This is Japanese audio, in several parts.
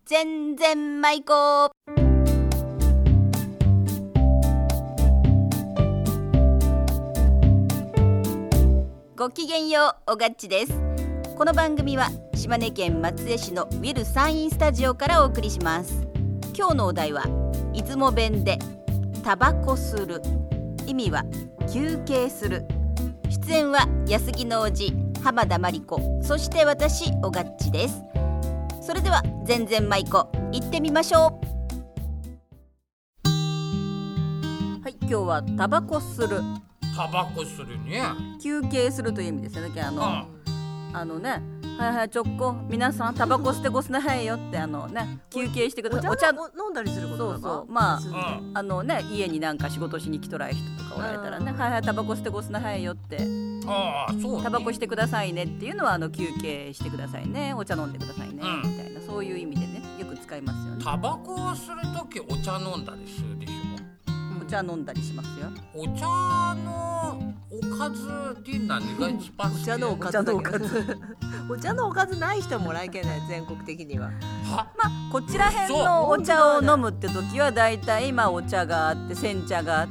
全然舞子。ごきげんよう、おがっちです。この番組は島根県松江市のウィル山陰スタジオからお送りします。今日のお題は出雲弁でタバコする、意味は休憩する。出演は安木のおじ浜田真理子、そして私おがっちです。それでは全然舞子行ってみましょう。はい、今日はタバコする、 タバコするね。 休憩するという意味ですよね。はいはい、ちょっこ皆さんタバコ捨てごすなはいよって休憩してください。 お茶飲んだりすることだか。 そうまあ、家になんか仕事しに来とらい人とかおられたらね、はいはいタバコ捨てごすなはいよって、 そうね、 タバコしてくださいねっていうのは休憩してくださいね、お茶飲んでくださいね、みたいな、そういう意味でねよく使いますよね。 タバコをするときお茶飲んだりするでしお茶飲んだりしますよ。 ょ。お茶のおかずって何が一番好き？ お茶のおかずだけどお茶のおかずない人もらいけない、全国的には。 こちら辺のお茶を飲むって時はだいたいお茶があって煎茶があって、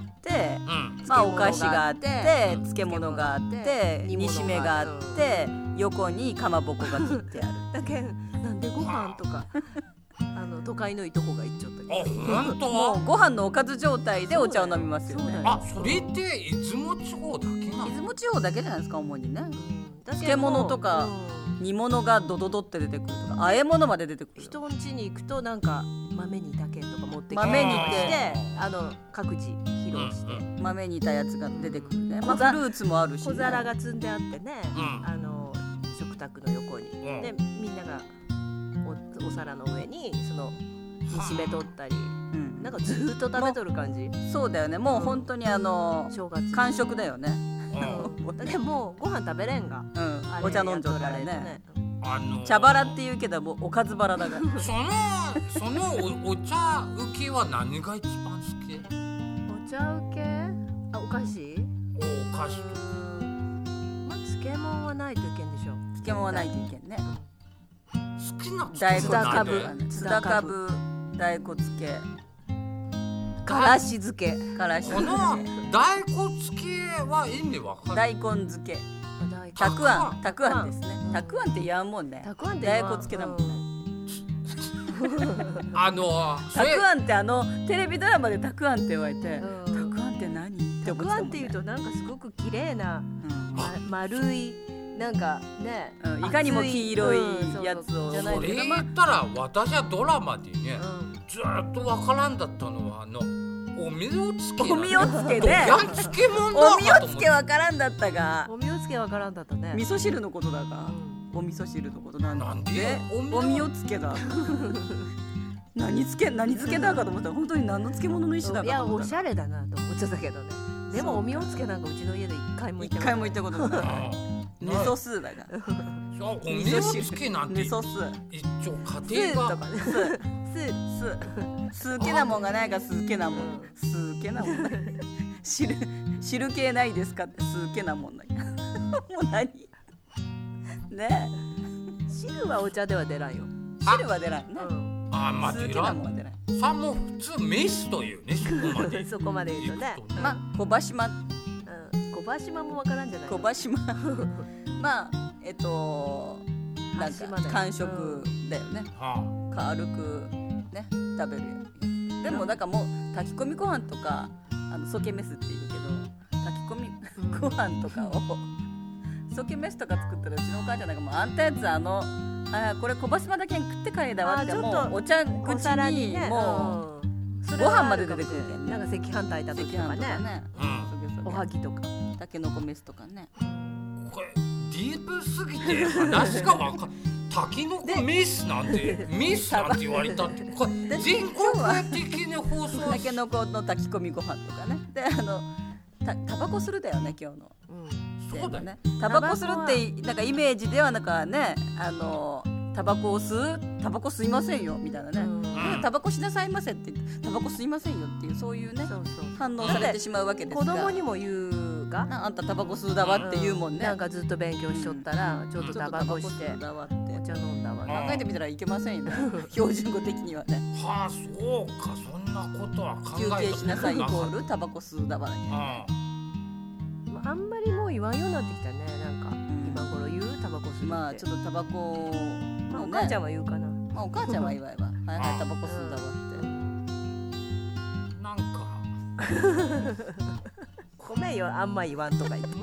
お菓子があって漬物があって煮しめがあって横にかまぼこが切ってあるだけなんでご飯とか都会のいとこが言っちゃったけど、 本当？ もうご飯のおかず状態でお茶を飲みますよね。 それって出雲地方だけなの？ 出雲地方だけじゃないですか、主にね。漬物とか煮物がドドドって出てくるとか、和え物まで出てくる。 人ん家に行くとなんか豆煮たけんとか持ってきて、 豆煮て各自披露して、 豆煮たやつが出てくるね。フルーツもあるし、ね、 小皿が積んであってね、食卓の横に、でみんながお皿の上にその煮しめとったり、なんかずっと食べとる感じ。 そうだよね、もう本当に正月完食だよね。 だけどもうご飯食べれんが、 お茶飲んじゃったらね。茶バラって言うけどもおかずバラだからそのお茶受けは何が一番好き？ お茶受け？お菓子？ お菓子と漬物はないといけんでしょ。 漬物はないといけんね。 好きな大根かぶ、 津田かぶ、大根漬け、 からし漬け。 この大根漬けは意味わかる？ 大根漬け、たくあんですね。たくあんって言わんもんね。大根漬けだもんね。たくあんってテレビドラマでたくあんって言われて、たくあんって何って思ってたもんね。 たくあんっていうとなんかすごく綺麗な丸いなんかね、 いかにも黄色いやつを。 それ言ったら私はドラマでね、ずっとわからんだったのはおみおつけ。 おみおつけね。 漬物だおみおつけわからんだったが。 おみおつけわからんだったね。 味噌汁のことだが、お味噌汁のことなんでおみおつけだ。何漬けだかと思ったら本当に何の漬物の一種だかと思った。 いやおしゃれだなと思っちゃったけどね。でもおみおつけなんかうちの家で一回も行ったことない。味噌酢だが。 おみおつけなんて味噌酢。 一応家庭が酢けなもんがないか酢けなもん。酢けなもんない。汁系ないですかって酢けなもんない。もう何？ね。 汁はお茶では出らんよ。 汁は出らんね。 酢けなもん出ない。さもう普通メスというね、 そこまで言うとね。 小葉島。 小葉島もわからんじゃない。 小葉島。なんか完食だよね。軽くね食べるやつ。でもなんかもう炊き込みご飯とかソケメスって言うけど、炊き込みご飯とかをソケメスとか作ったらうちのお母ちゃんなんかもうあんたやつこれ小葉島だけに食って帰りだわって、もうお茶口にもうご飯まで出てくるけんね。 なんか赤飯炊いた時とかね。おはぎとかたけのこメスとかね。 これディープすぎて話がわかん。たけのこメスなんて言われたって、これ全国的に放送。 たけのこの炊き込みご飯とかね。でタバコするだよね今日の。 そうだね。 タバコするってなんかイメージではなんかね、タバコを吸いませんよみたいなね。タバコしなさいませって言ってタバコ吸いませんよっていうそういうね反応されてしまうわけですが。 子供にも言うが、 あんたタバコ吸うだわって言うもんね。 なんかずっと勉強しとったらちょっとタバコしてだわって。 茶飲んだわ。 考えてみたらいけませんよね標準語的にはね。 はあ、そうか、そんなことは考え休た憩しなさいイコールタバコ吸うだわね。 あんまりもう言わんようになってきたね。なんか今頃言うタバコ吸うって。 まあちょっとタバコのね、 お母ちゃんは言うかな。 まあお母ちゃんは言わいわはいはいタバコ吸うだわってなんかごめんよ、あんま言わんとか言って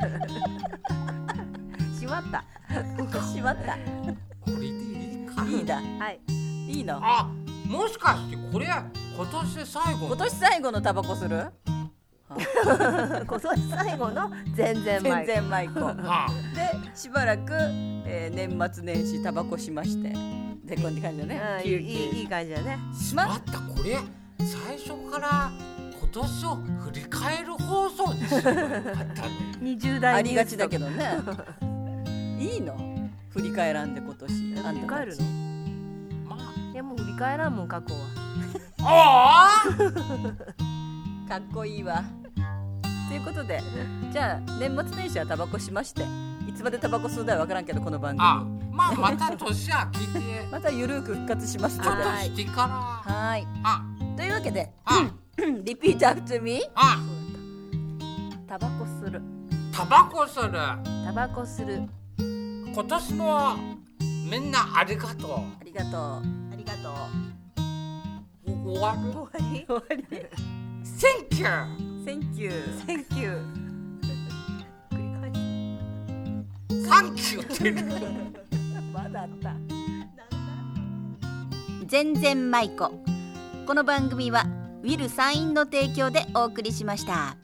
しまったしまったこれでいいか。 いいだはいいいの。 あ、もしかしてこれ今年最後。 今年最後のタバコする今年最後の全然前全然舞子でしばらく、年末年始タバコしましてでこんな感じだね。 いい感じだね。 しまった、これ最初から今年を振り返る放送にしようよかったね 20代ありがちだけどねいいの振り返らんで今年振り返るの。 まいやもう振り返らんもん過去は。 あかっこいいわ。ということでじゃあ年末年始はタバコしまして、いつまでタバコ吸うだは分からんけどこの番組まあまた年明けてまたゆるく復活しますのでちょっとしてからはいというわけでリピートアフトミータバコするタバコするタバコする。 今年もみんなありがとう。 ありがとうありがとう終わる終わり終わり Thank you Thank you Thank you 繰り返し Thank you って言うまだあった全然舞子。この番組はウィル・サインの提供でお送りしました。